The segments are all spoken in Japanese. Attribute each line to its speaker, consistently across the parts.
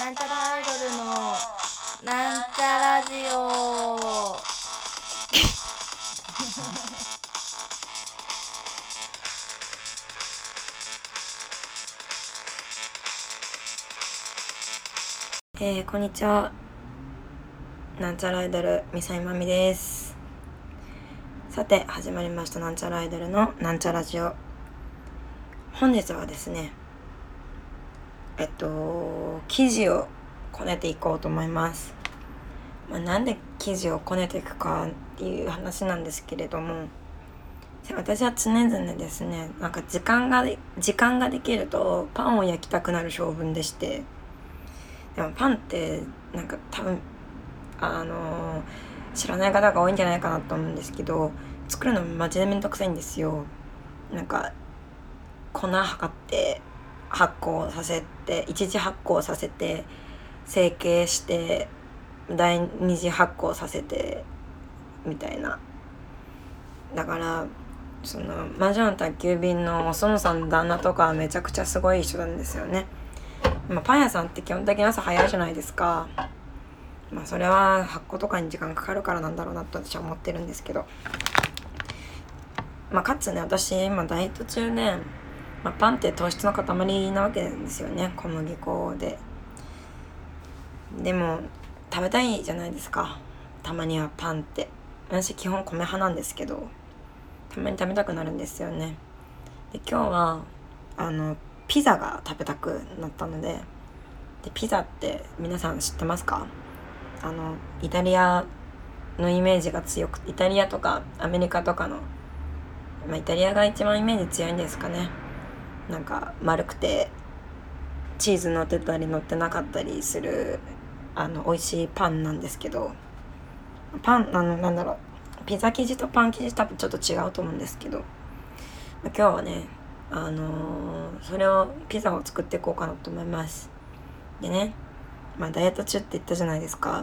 Speaker 1: なんちゃらアイドルのなんちゃラジオ
Speaker 2: こんにちは。なんちゃらアイドルみさいまみです。さて始まりましたなんちゃらアイドルのなんちゃラジオ。本日はですね記事をこねていこうと思います。なんで記事をこねていくかっていう話なんですけれども、私は常々ですね、なんか時間ができるとパンを焼きたくなる性分でして、でもパンってなんか多分知らない方が多いんじゃないかなと思うんですけど、作るのマジでめんどくさいんですよ。なんか粉測って発酵させて、一次発酵させて成形して第二次発酵させてみたいな。だからその魔女の宅急便のお園さんの旦那とかはめちゃくちゃすごい人なんですよね。パン屋さんって基本的に朝早いじゃないですか。それは発酵とかに時間かかるからなんだろうなと私は思ってるんですけど、かつね、私今ダイエット中で、パンって糖質の塊なわけなんですよね、小麦粉で。でも食べたいじゃないですか、たまにはパンって。私基本米派なんですけど、たまに食べたくなるんですよね。で今日はピザが食べたくなったので、ピザって皆さん知ってますか？イタリアのイメージが強くて、イタリアとかアメリカとかの、イタリアが一番イメージ強いんですかね。なんか丸くてチーズ乗ってたり乗ってなかったりする美味しいパンなんですけど、パンピザ生地とパン生地多分ちょっと違うと思うんですけど、今日はねそれをピザを作っていこうかなと思います。でね、ダイエット中って言ったじゃないですか。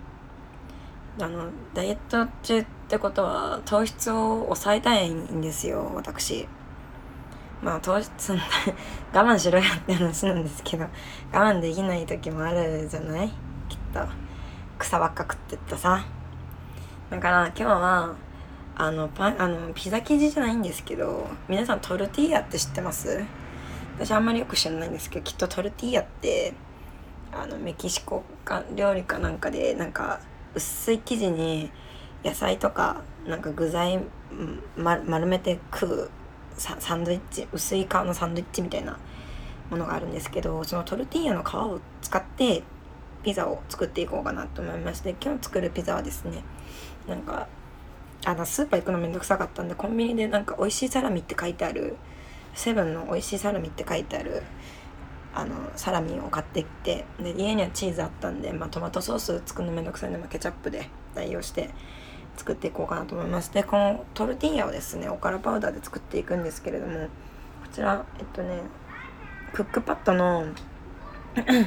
Speaker 2: ダイエット中ってことは糖質を抑えたいんですよ、私。糖質我慢しろよって話なんですけど、我慢できない時もあるじゃない、きっと。草ばっか食ってったさ。だから今日はピザ生地じゃないんですけど、皆さんトルティーヤって知ってます？私あんまりよく知らないんですけど、きっとトルティーヤってメキシコか料理かなんかで、なんか薄い生地に野菜とかなんか具材丸めて食うサンドイッチ、薄い皮のサンドイッチみたいなものがあるんですけど、そのトルティーヤの皮を使ってピザを作っていこうかなと思いまして、今日作るピザはですね、なんかスーパー行くのめんどくさかったんで、コンビニでなんか美味しいサラミって書いてある、セブンの美味しいサラミって書いてあるサラミを買ってきて、で家にはチーズあったんで、トマトソース作るのめんどくさいので、ケチャップで代用して作っていこうかなと思います。でこのトルティーヤをですね、おからパウダーで作っていくんですけれども、こちらクックパッドのクッ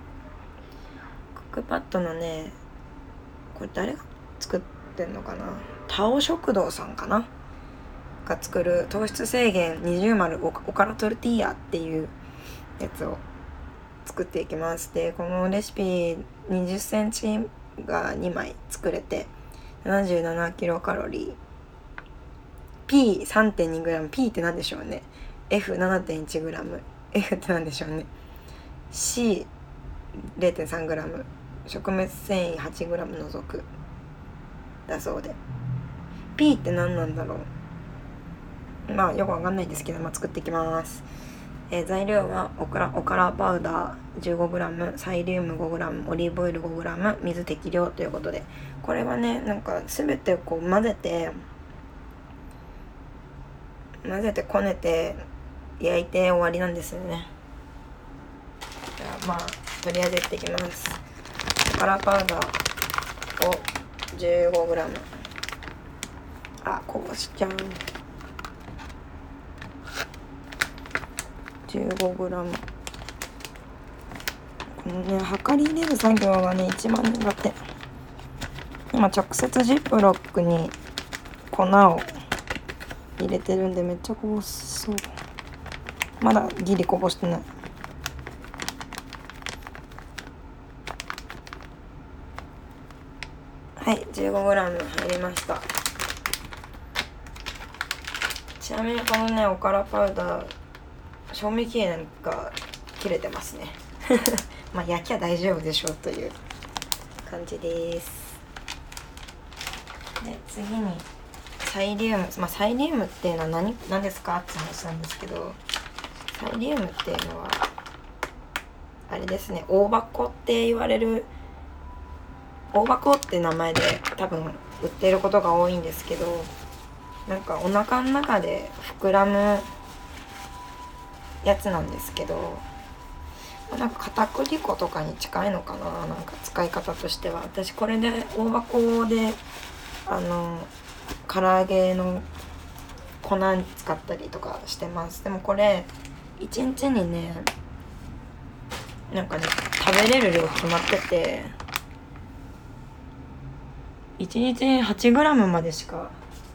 Speaker 2: クパッドのね、これ誰が作ってんのかな、タオ食堂さんかなが作る糖質制限20おからトルティーヤっていうやつを作っていきます。でこのレシピ20センチが2枚作れて77キロカロリー、 P3.2g、 P って何でしょうね、 F7.1g、 F って何でしょうね、 C0.3g、 食物繊維 8g 除くだそうで、 P って何なんだろう、よくわかんないですけど、作っていきます。材料はおからパウダー 15g、 サイリウム 5g、 オリーブオイル 5g、 水適量ということで、これはね、なんか全てこう混ぜてこねて焼いて終わりなんですよね。じゃあとりあえずやっていきます。おからパウダーを 15g、 こぼしちゃう。 15g、 このね、量り入れる作業がね一番苦手。今直接ジップロックに粉を入れてるんでめっちゃこぼしそう。まだギリこぼしてない。 はい 15g 入りました。ちなみにこのねおからパウダー賞味期限が切れてますねまあ焼きゃ大丈夫でしょうという感じです。で次にサイリウム、サイリウムっていうのは何ですかって話なんですけど、サイリウムっていうのはあれですね、大箱って言われる、大箱って名前で多分売ってることが多いんですけど、なんかお腹の中で膨らむやつなんですけど、なんか片栗粉とかに近いのかな、なんか使い方としては。私これで大箱で唐揚げの粉使ったりとかしてます。でもこれ1日にねなんかね食べれる量決まってて、1日 8g までしか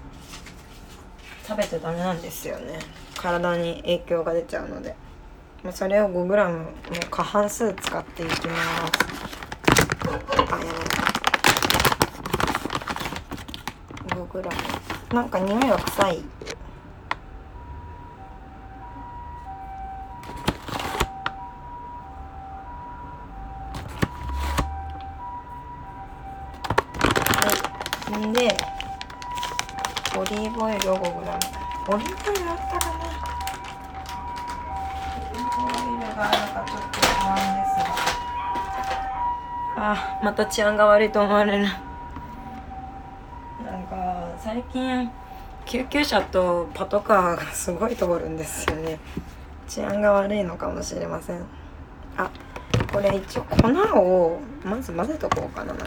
Speaker 2: 食べちゃダメなんですよね。体に影響が出ちゃうので、それを 5g もう過半数使っていきます。あ、やばい、5g なんか匂いが臭い。でオリーブオイルを 5g、 オリーブオイルあったかな、オリーブオイルがあるかちょっと不安ですが、また治安が悪いと思われる。なんか最近救急車とパトカーがすごい通るんですよね。治安が悪いのかもしれません。これ一応粉をまず混ぜとこうかな。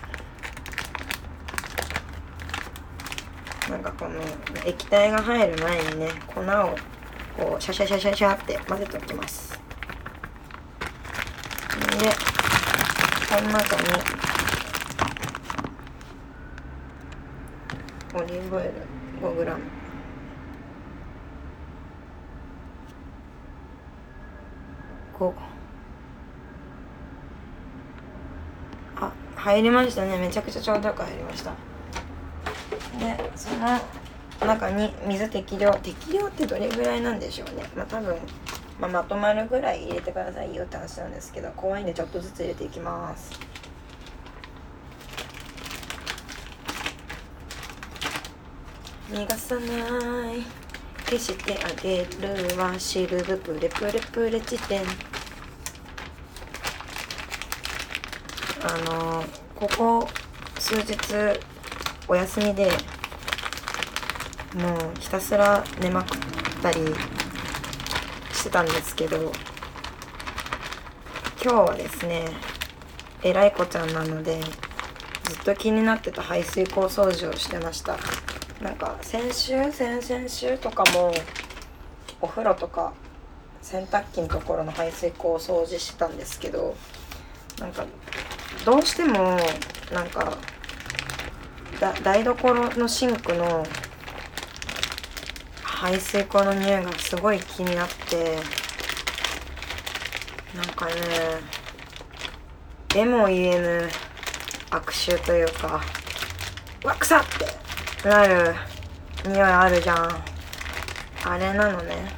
Speaker 2: なんかこの液体が入る前にね、粉をこうシャシャシャシャシャって混ぜておきます。でこの中にオリーブオイル 5g、 入りましたね。めちゃくちゃちょうどよく入りました。でその中に水適量ってどれぐらいなんでしょうね。多分、まとまるぐらい入れてくださいよって話なんですけど、怖いんでちょっとずつ入れていきます。逃がさない消してあげるわシルブプレプレプレ辞典。ここ数日お休みでもうひたすら寝まくったりしてたんですけど、今日はですねえらい子ちゃんなのでずっと気になってた排水口掃除をしてました。なんか先々週とかもお風呂とか洗濯機のところの排水口を掃除してたんですけど、なんかどうしてもなんか台所のシンクの排水口の匂いがすごい気になって、なんかねえも言えぬ悪臭というか、うわ臭ってなる匂いあるじゃん。あれなのね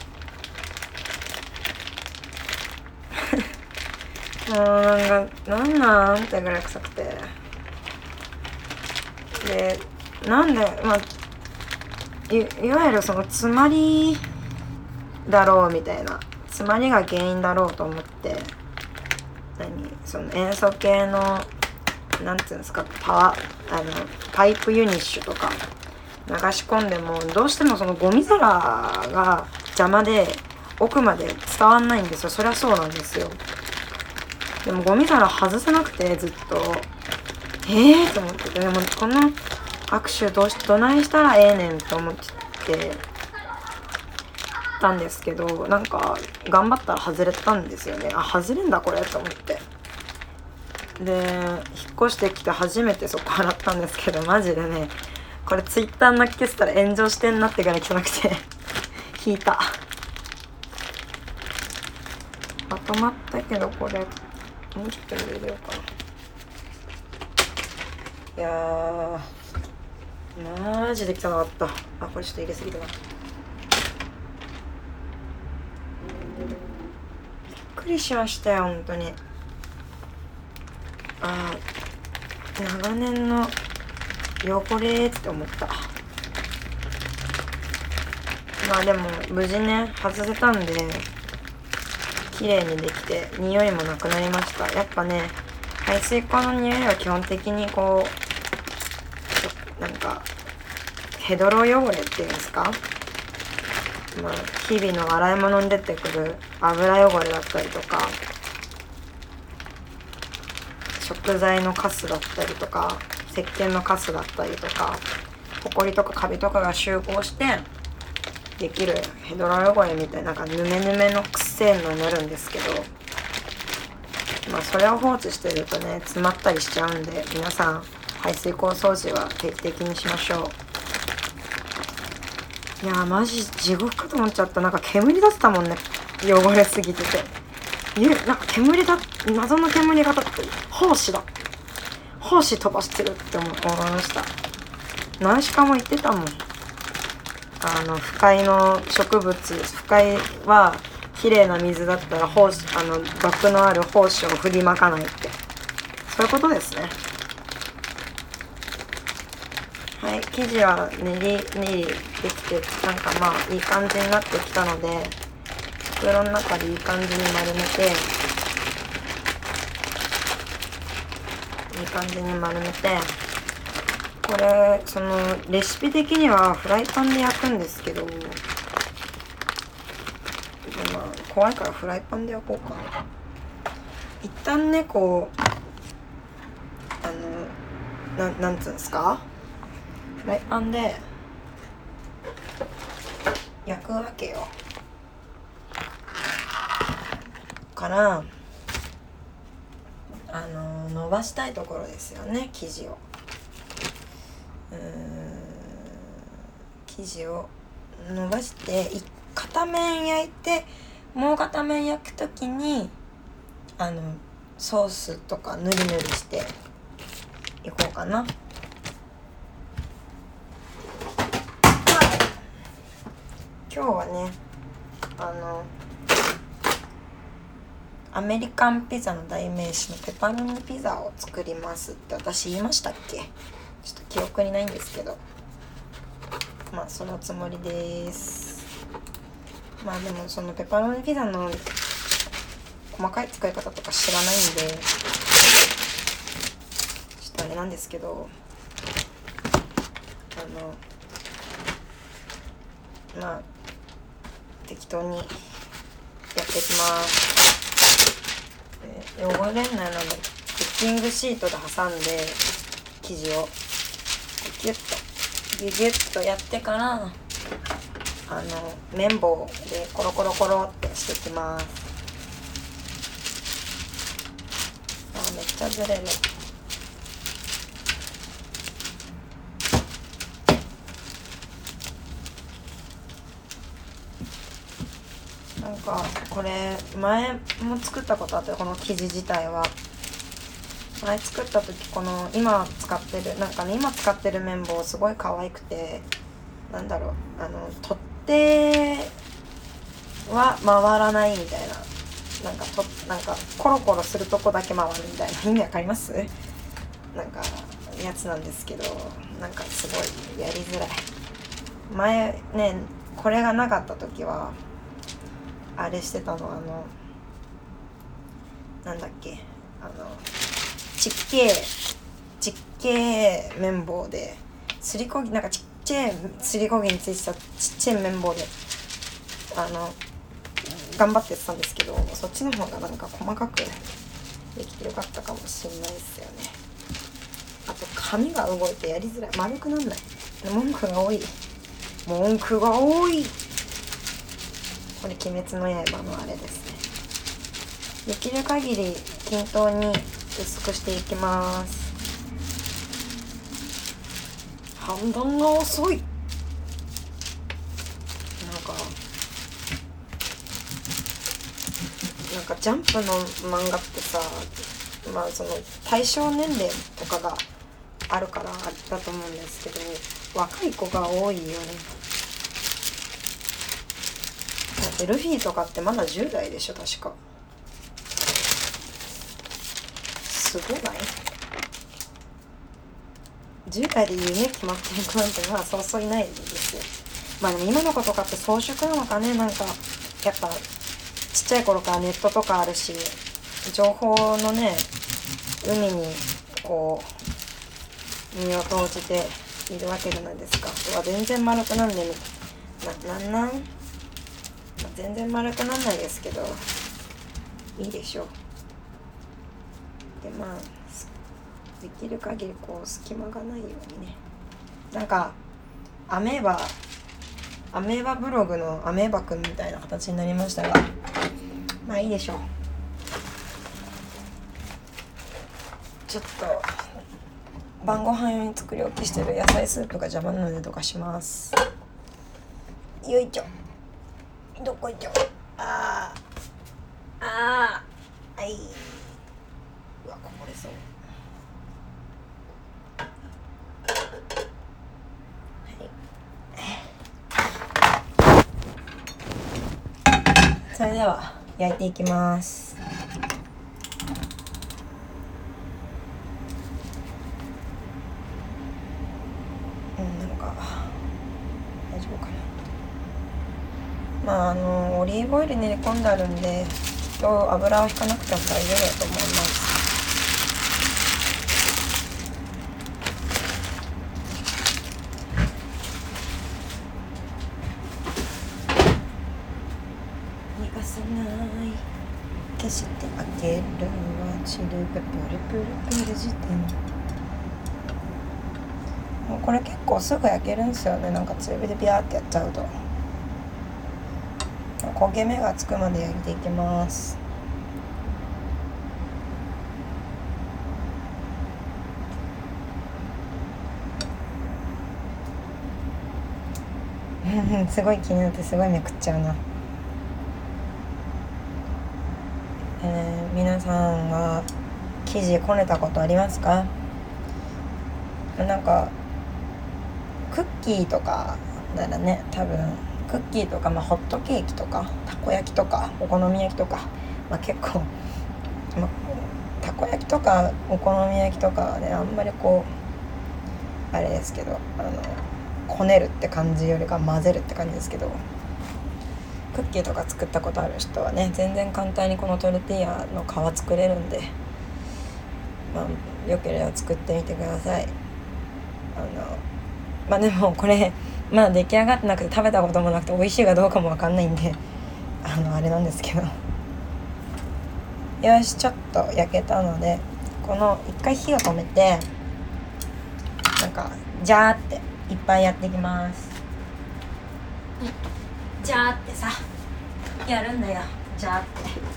Speaker 2: もうなんなんってぐらい臭くて、でなんでいわゆるその詰まりだろうみたいな、詰まりが原因だろうと思って、その塩素系のなんていうんですか、パイプユニッシュとか流し込んでもどうしてもそのゴミ皿が邪魔で奥まで伝わんないんですよ。そりゃそうなんですよ。でもゴミ皿外せなくてずっとと思ってて、でもこの握手どないしたらええねんと思ってたんですけど、なんか頑張ったら外れたんですよね。外れんだこれと思って、で引っ越してきて初めてそこ洗ったんですけど、マジでねこれツイッターに載っけてたら炎上してんなってぐらい汚くて引いた。まとまったけどこれもうちょっと入れようかな。 いやーマジで汚かった。あ、これちょっと入れすぎたな。びっくりしましたよ本当に。長年の汚れって思った。まあでも無事ね外せたんで綺麗にできて匂いもなくなりました。やっぱね排水口の匂いは基本的にこうなんかヘドロ汚れっていうんですか、まあ日々の洗い物に出てくる油汚れだったりとか食材のカスだったりとか石鹸のカスだったりとかホコリとかカビとかが集合してできるヘドロ汚れみたいな、なんかヌメヌメのくっせえのになるんですけど、まあそれを放置してるとね詰まったりしちゃうんで、皆さん排水口掃除は定期的にしましょう。いやーマジ地獄かと思っちゃった。なんか煙出てたもんね、汚れすぎてて。なんか煙だ、謎の煙が立ってる。胞子飛ばしてるって思いました。ナウシカも言ってたもん。不快の植物、不快は綺麗な水だったら毒のある胞子を振りまかないって、そういうことですね。はい、生地は練りできてなんかまあいい感じになってきたので、袋の中でいい感じに丸めてこれそのレシピ的にはフライパンで焼くんですけど、まあ怖いからフライパンで焼こうかな。一旦ねこうなんつうんですか、フライパンで焼くわけよ。から伸ばしたいところですよね、生地を。生地を伸ばして片面焼いて、もう片面焼くときにソースとかぬりぬりしていこうかな。今日はねアメリカンピザの代名詞のペパロニピザを作りますって私言いましたっけ？ちょっと記憶にないんですけど、まあそのつもりです。まあでもそのペパロニピザの細かい使い方とか知らないんでちょっとあれなんですけど、まあ適当にやっていきます。汚れないのでクッキングシートで挟んで生地をギュッとやってから綿棒でコロコロコロってしていきます。めっちゃずれる。なんかこれ前も作ったことあって、この生地自体は前作った時今使ってる綿棒すごい可愛くて、なんだろう取っ手は回らないみたいな、なんかコロコロするとこだけ回るみたいな、意味わかります？なんかやつなんですけど、なんかすごいやりづらい。前ねこれがなかった時はあれしてたの、なんだっけちっけえ綿棒ですりこぎ、なんかちっちゃいすりこぎについてたちっちゃい綿棒で頑張ってやってたんですけど、そっちの方がなんか細かくできてよかったかもしれないですよね。あと紙が動いてやりづらい、丸くなんない、文句が多い。これ鬼滅の刃のあれですね。できる限り均等に薄くしていきます。判断が遅い。なんかジャンプの漫画ってさ、まあその対象年齢とかがあるからあったと思うんですけど、若い子が多いよね。だってルフィとかってまだ10代でしょ確か。すごない？10代で夢決まってる子なんてまあそうそういないですよ。まあでも今の子とかって早熟なのかね。なんかやっぱちっちゃい頃からネットとかあるし、情報のね海にこう身を投じているわけじゃないですか。全然丸くなんね全然丸くなんないですけどいいでしょう。でまあできる限りこう隙間がないようにね。なんかアメーバブログのアメーバくんみたいな形になりましたが、まあいいでしょう。ちょっと晩ご飯用に作り置きしてる野菜スープが邪魔なのでどかします。よいちょどこいちょはい。うわこぼれそう。それでは焼いていきます。なんか大丈夫かな。まあオリーブオイルに練り込んであるんで油を引かなくても大丈夫だと思います。逃がさない消してあげるわチルペプルプルプル時点。もうこれ結構すぐ焼けるんですよね。なんか強火でビャーってやっちゃうと焦げ目がつくまで焼いていきます。すごい気になってすごいめくっちゃうな。皆さんは生地こねたことありますか？なんかクッキーとかならね、多分クッキーとか、ホットケーキとかたこ焼きとかお好み焼きとか、結構、たこ焼きとかお好み焼きとかはねあんまりこうあれですけど、こねるって感じよりか混ぜるって感じですけど、クッキーとか作ったことある人はね全然簡単にこのトルティーヤの皮作れるんで、よければ作ってみてください。でもこれ出来上がってなくて食べたこともなくて美味しいかどうかも分かんないんであれなんですけど、よしちょっと焼けたのでこの一回火を止めてなんかジャーっていっぱいやっていきます。ジャーってさやるんだよ。ジャーってよ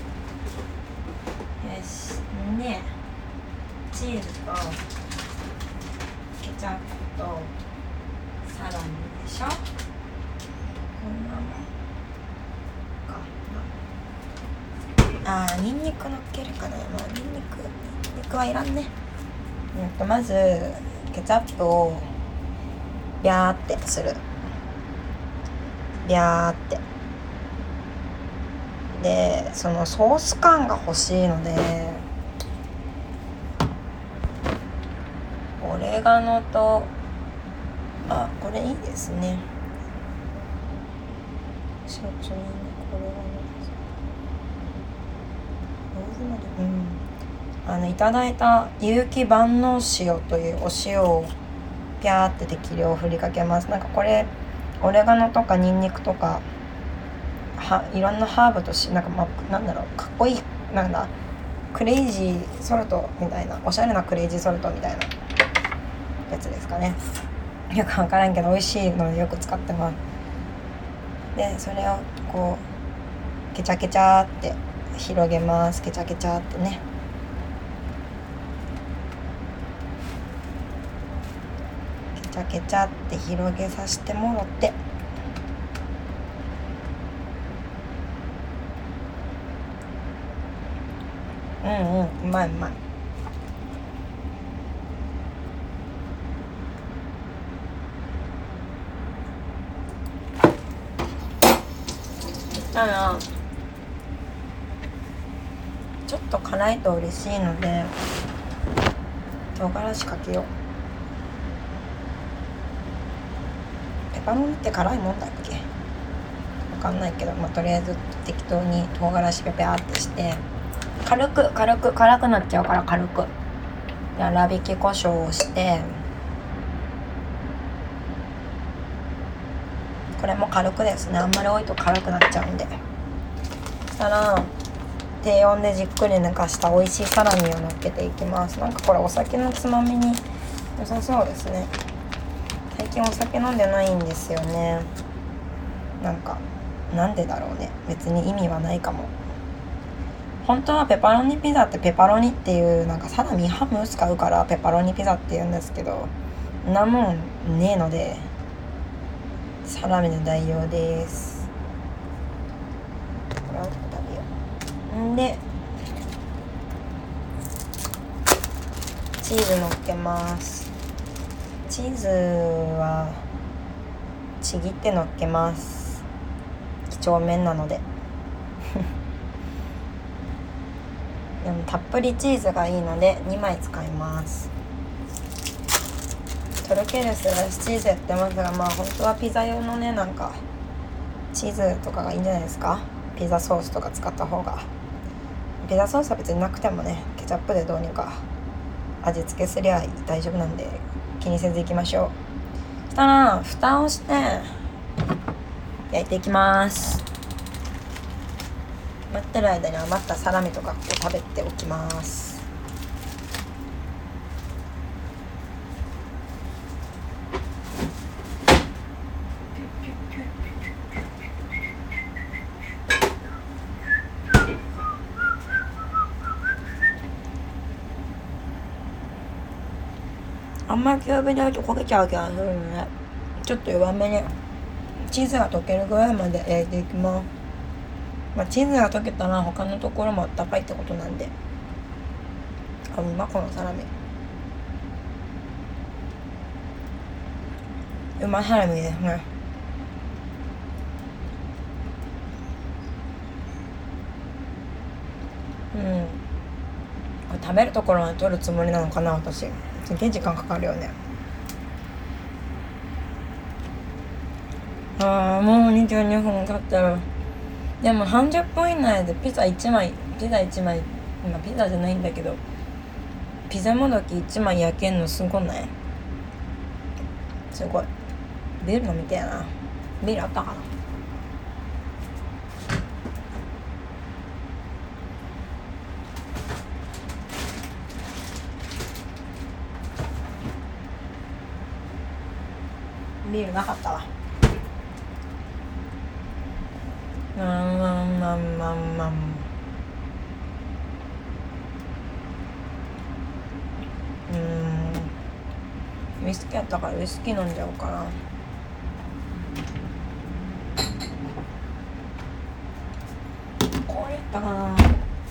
Speaker 2: しね、チーズとケチャップとサラミでしょ。こんなもんかな。ニンニクのっけるかな。ニンニクはいらんね。まずケチャップをビャーってする。ビャーってでそのソース感が欲しいのでオレガノとこれいいですね。焼酎にこれはローズマリーいただいた有機万能塩というお塩をピャーって適量振りかけます。なんかこれオレガノとかニンニクとかいろんなハーブとなんかなんだろうかっこいいなんだクレイジーソルトみたいなおしゃれなクレイジーソルトみたいなやつですかね。よく分からんけど美味しいのでよく使ってます。でそれをこうケチャケチャって広げます。ケチャケチャってね。ケチャケチャって広げさせてもろってうまいうまい。 たらちょっと辛いと嬉しいので唐辛子かけよう。ペパロニって辛いもんだっけ、わかんないけど、とりあえず適当に唐辛子ペペーってして軽く辛くなっちゃうから軽くで粗挽き胡椒をして、これも軽くですね。あんまり多いと辛くなっちゃうんで。そしたら低温でじっくり寝かした美味しいサラミをのっけていきます。なんかこれお酒のつまみに良さそうですね。最近お酒飲んでないんですよね。なんでだろうね。別に意味はないかも。本当はペパロニピザってペパロニっていうサラミハム使うからペパロニピザって言うんですけど、んなもんねえのでサラミの代用です。これを食べよう。でチーズのっけます。チーズはちぎってのっけます。几帳面なのででもたっぷりチーズがいいので2枚使います。とろけるスライスチーズやってますが、本当はピザ用のねチーズとかがいいんじゃないですか。ピザソースとか使った方が。ピザソースは別になくてもね、ケチャップでどうにか味付けすりゃ大丈夫なんで気にせずいきましょう。そしたら蓋をして焼いていきます。待ってる間に余ったサラミとかを食べておきます。あんまり強火でやると焦げちゃう気がするので、ちょっと弱めにチーズが溶けるぐらいまで焼いていきます。チーズが溶けたら他のところもあったかいってことなんで、このサラミうまいサラミですね。これ食べるところまで取るつもりなのかな。私すげえ時間かかるよね。もう22分経ってる。でも30分以内でピザ1枚ピザじゃないんだけどピザもどき1枚焼けんのすごない？すごい。ビール飲みてえな。ビールあったかな。ビールなかったわ。ウイスキーやったからウイスキー飲んじゃおうかな。これやったかな。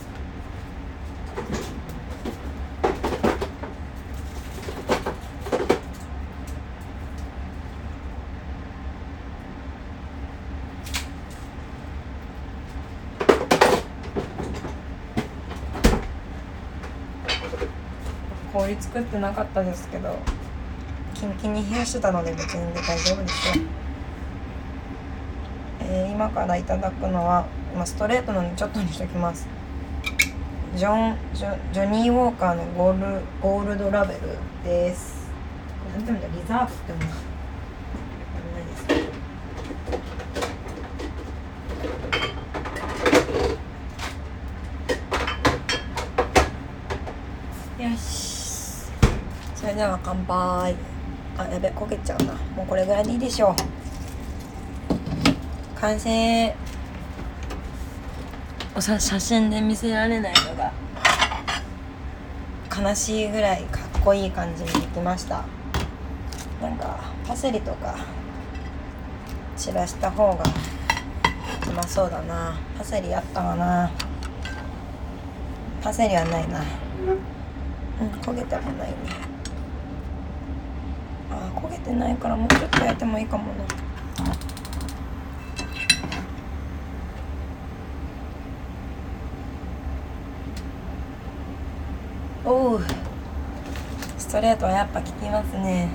Speaker 2: 氷作ってなかったですけどキンキンに冷やしてたので別に大丈夫ですよ。今からいただくのはストレートのにちょっとにしときます。ジョニー・ウォーカーのゴールドラベルです。なんていうんだ、リザーブってものよし、それでは乾杯。やべ、焦げちゃうな。もうこれぐらいでいいでしょう。完成。写真で見せられないのが悲しいぐらいかっこいい感じにできました。パセリとか散らした方がうまそうだな。パセリあったかな。パセリはないな。焦げてもないね。焦げてないからもうちょっと焼いてもいいかもな。 おう、ストレートはやっぱ効きますね。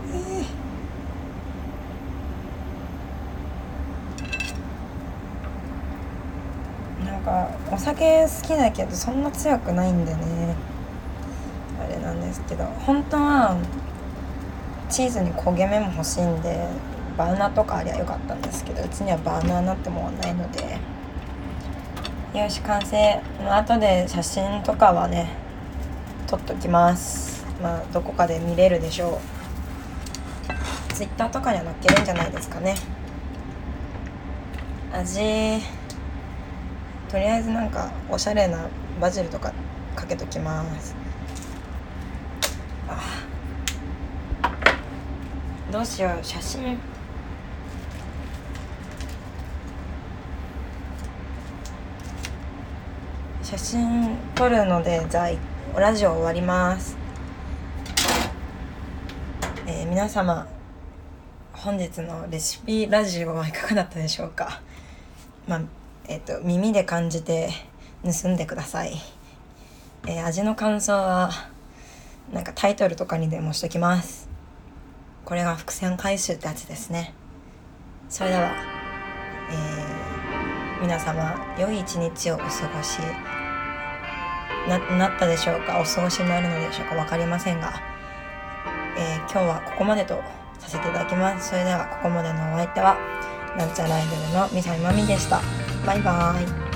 Speaker 2: なんかお酒好きだけどそんな強くないんでね、あれなんですけど、本当はチーズに焦げ目も欲しいんでバーナーとかありゃよかったんですけど、うちにはバーナーなんてもんないので、よし完成。後で写真とかはね撮っときます。どこかで見れるでしょう。ツイッターとかには載っけるんじゃないですかね。味とりあえずなんかおしゃれなバジルとかかけときます。どうしよう、写真撮るので、じゃあラジオ終わります。皆様本日のレシピラジオはいかがだったでしょうか。耳で感じて盗んでください。味の感想はなんかタイトルとかにでもしときます。これが伏線回収ってやつですね。それでは、皆様良い一日をお過ごし なったでしょうか。お過ごしになるのでしょうか、分かりませんが、今日はここまでとさせていただきます。それではここまでのお相手はなんちゃらアイドルのみさみまみでした。バイバーイ。